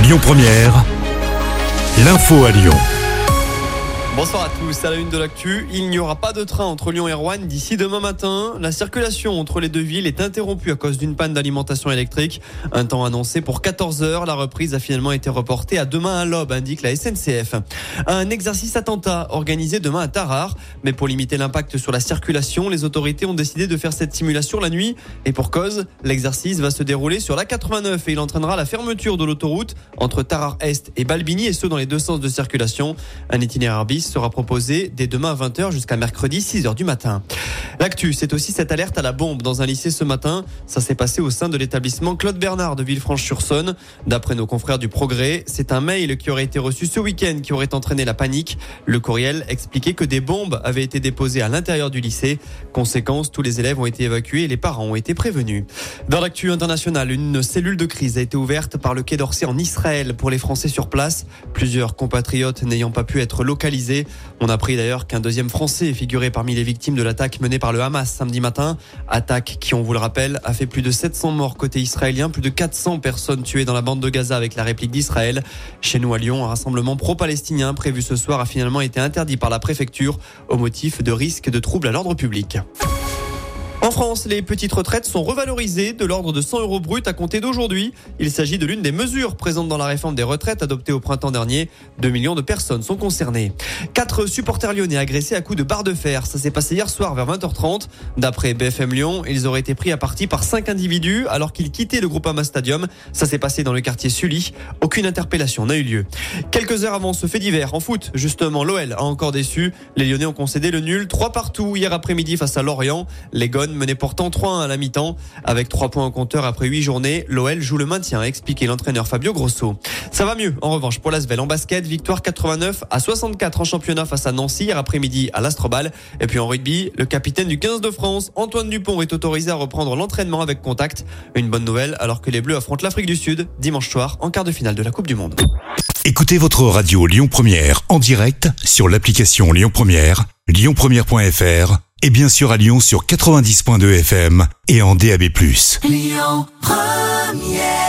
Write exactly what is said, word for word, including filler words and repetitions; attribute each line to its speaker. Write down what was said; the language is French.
Speaker 1: Lyon Première, l'info à Lyon.
Speaker 2: Bonsoir à tous, à la une de l'actu, il n'y aura pas de train entre Lyon et Rouen d'ici demain matin. La circulation entre les deux villes est interrompue à cause d'une panne d'alimentation électrique. Un temps annoncé pour quatorze heures, la reprise a finalement été reportée à demain à l'aube, indique la S N C F. Un exercice attentat organisé demain à Tarare, mais pour limiter l'impact sur la circulation, les autorités ont décidé de faire cette simulation la nuit. Et pour cause, l'exercice va se dérouler sur l'A quatre-vingt-neuf et il entraînera la fermeture de l'autoroute entre Tarare-Est et Balbigny, et ce dans les deux sens de circulation. Un itinéraire bis sera proposé dès demain à vingt heures jusqu'à mercredi six heures du matin. L'actu, c'est aussi cette alerte à la bombe dans un lycée ce matin. Ça s'est passé au sein de l'établissement Claude Bernard de Villefranche-sur-Saône. D'après nos confrères du Progrès, c'est un mail qui aurait été reçu ce week-end qui aurait entraîné la panique. Le courriel expliquait que des bombes avaient été déposées à l'intérieur du lycée. Conséquence, tous les élèves ont été évacués et les parents ont été prévenus. Dans l'actu internationale, une cellule de crise a été ouverte par le Quai d'Orsay en Israël pour les Français sur place. Plusieurs compatriotes n'ayant pas pu être localisés. On a appris d'ailleurs qu'un deuxième Français figurait parmi les victimes de l'attaque menée par le Hamas samedi matin. Attaque qui, on vous le rappelle, a fait plus de sept cents morts côté israélien, plus de quatre cents personnes tuées dans la bande de Gaza avec la réplique d'Israël. Chez nous à Lyon, un rassemblement pro-palestinien prévu ce soir a finalement été interdit par la préfecture au motif de risque de troubles à l'ordre public. En France, les petites retraites sont revalorisées de l'ordre de cent euros brut à compter d'aujourd'hui. Il s'agit de l'une des mesures présentes dans la réforme des retraites adoptée au printemps dernier. deux millions de personnes sont concernées. Quatre supporters lyonnais agressés à coups de barre de fer. Ça s'est passé hier soir vers vingt heures trente. D'après B F M Lyon, ils auraient été pris à partie par cinq individus alors qu'ils quittaient le Groupama Stadium. Ça s'est passé dans le quartier Sully. Aucune interpellation n'a eu lieu. Quelques heures avant ce fait divers, en foot, justement, l'O L a encore déçu. Les Lyonnais ont concédé le nul trois partout hier après-midi face à Lorient. Les Gones menait pourtant trois un à la mi-temps. Avec trois points au compteur après huit journées, l'O L joue le maintien, a expliqué l'entraîneur Fabio Grosso. Ça va mieux, en revanche, pour l'Asvel en basket. Victoire quatre-vingt-neuf à soixante-quatre en championnat face à Nancy hier après-midi à l'Astrobal. Et puis en rugby, le capitaine du quinze de France, Antoine Dupont, est autorisé à reprendre l'entraînement avec contact. Une bonne nouvelle alors que les Bleus affrontent l'Afrique du Sud dimanche soir en quart de finale de la Coupe du Monde.
Speaker 1: Écoutez votre radio Lyon Première en direct sur l'application Lyon Première, lyon première point f r et bien sûr à Lyon sur quatre-vingt-dix point deux F M et en D A B plus.
Speaker 3: Lyon Première.